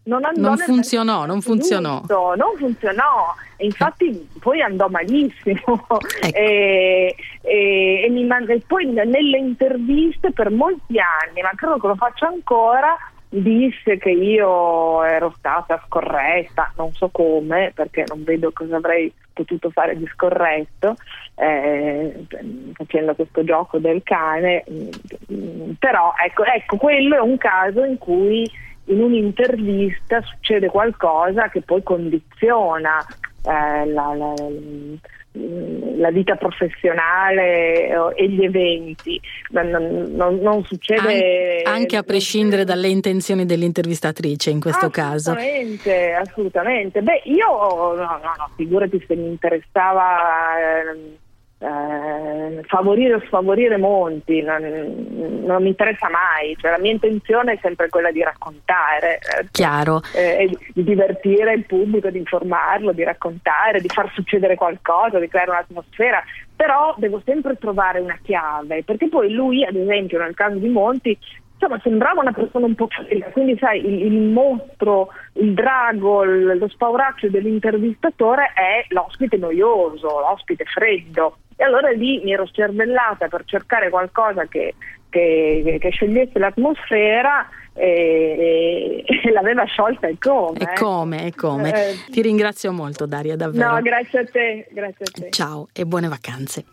non andò non nel funzionò, verso non funzionò. giusto, non funzionò e infatti poi andò malissimo. Ecco. e, e, e, mi man- e poi nelle interviste per molti anni, ma credo che lo faccia ancora, disse che io ero stata scorretta, non so come, perché non vedo cosa avrei potuto fare di scorretto, eh, facendo questo gioco del cane, però ecco, ecco, quello è un caso in cui in un'intervista succede qualcosa che poi condiziona eh, la, la, la vita professionale e gli eventi. Non, non, non succede anche, anche a prescindere dalle intenzioni dell'intervistatrice in questo caso. Assolutamente, assolutamente. Beh, io no, no, no, figurati se mi interessava eh, eh, favorire o sfavorire Monti, non, non mi interessa mai, cioè la mia intenzione è sempre quella di raccontare, eh, chiaro, eh, di divertire il pubblico, di informarlo, di raccontare, di far succedere qualcosa, di creare un'atmosfera, però devo sempre trovare una chiave, perché poi lui, ad esempio nel caso di Monti, insomma sembrava una persona un po' fredda, quindi sai, il, il mostro, il drago, il, lo spauracchio dell'intervistatore è l'ospite noioso, l'ospite freddo. E allora lì mi ero scervellata per cercare qualcosa che, che, che scegliesse l'atmosfera e, e, e l'aveva sciolta e come. E come, e come. Eh, Ti ringrazio molto, Daria, davvero. No, grazie a te, grazie a te. Ciao e buone vacanze.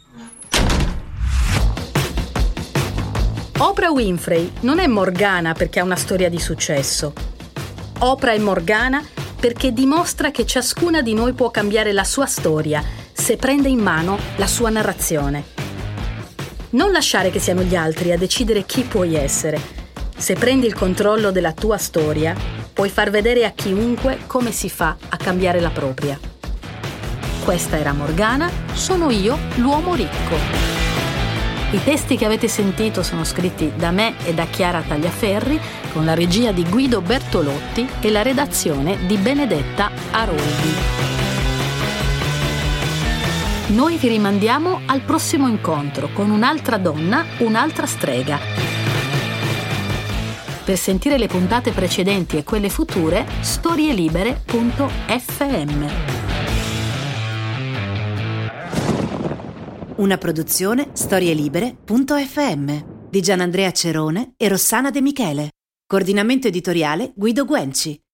Oprah Winfrey non è Morgana perché ha una storia di successo. Oprah è Morgana perché dimostra che ciascuna di noi può cambiare la sua storia se prende in mano la sua narrazione. Non lasciare che siano gli altri a decidere chi puoi essere. Se prendi il controllo della tua storia, puoi far vedere a chiunque come si fa a cambiare la propria. Questa era Morgana, sono io, l'uomo ricco. I testi che avete sentito sono scritti da me e da Chiara Tagliaferri, con la regia di Guido Bertolotti e la redazione di Benedetta Aroldi. Noi vi rimandiamo al prossimo incontro con un'altra donna, un'altra strega. Per sentire le puntate precedenti e quelle future, storielibere punto effe emme. Una produzione storielibere punto effe emme di Gianandrea Cerone e Rossana De Michele. Coordinamento editoriale Guido Guenci.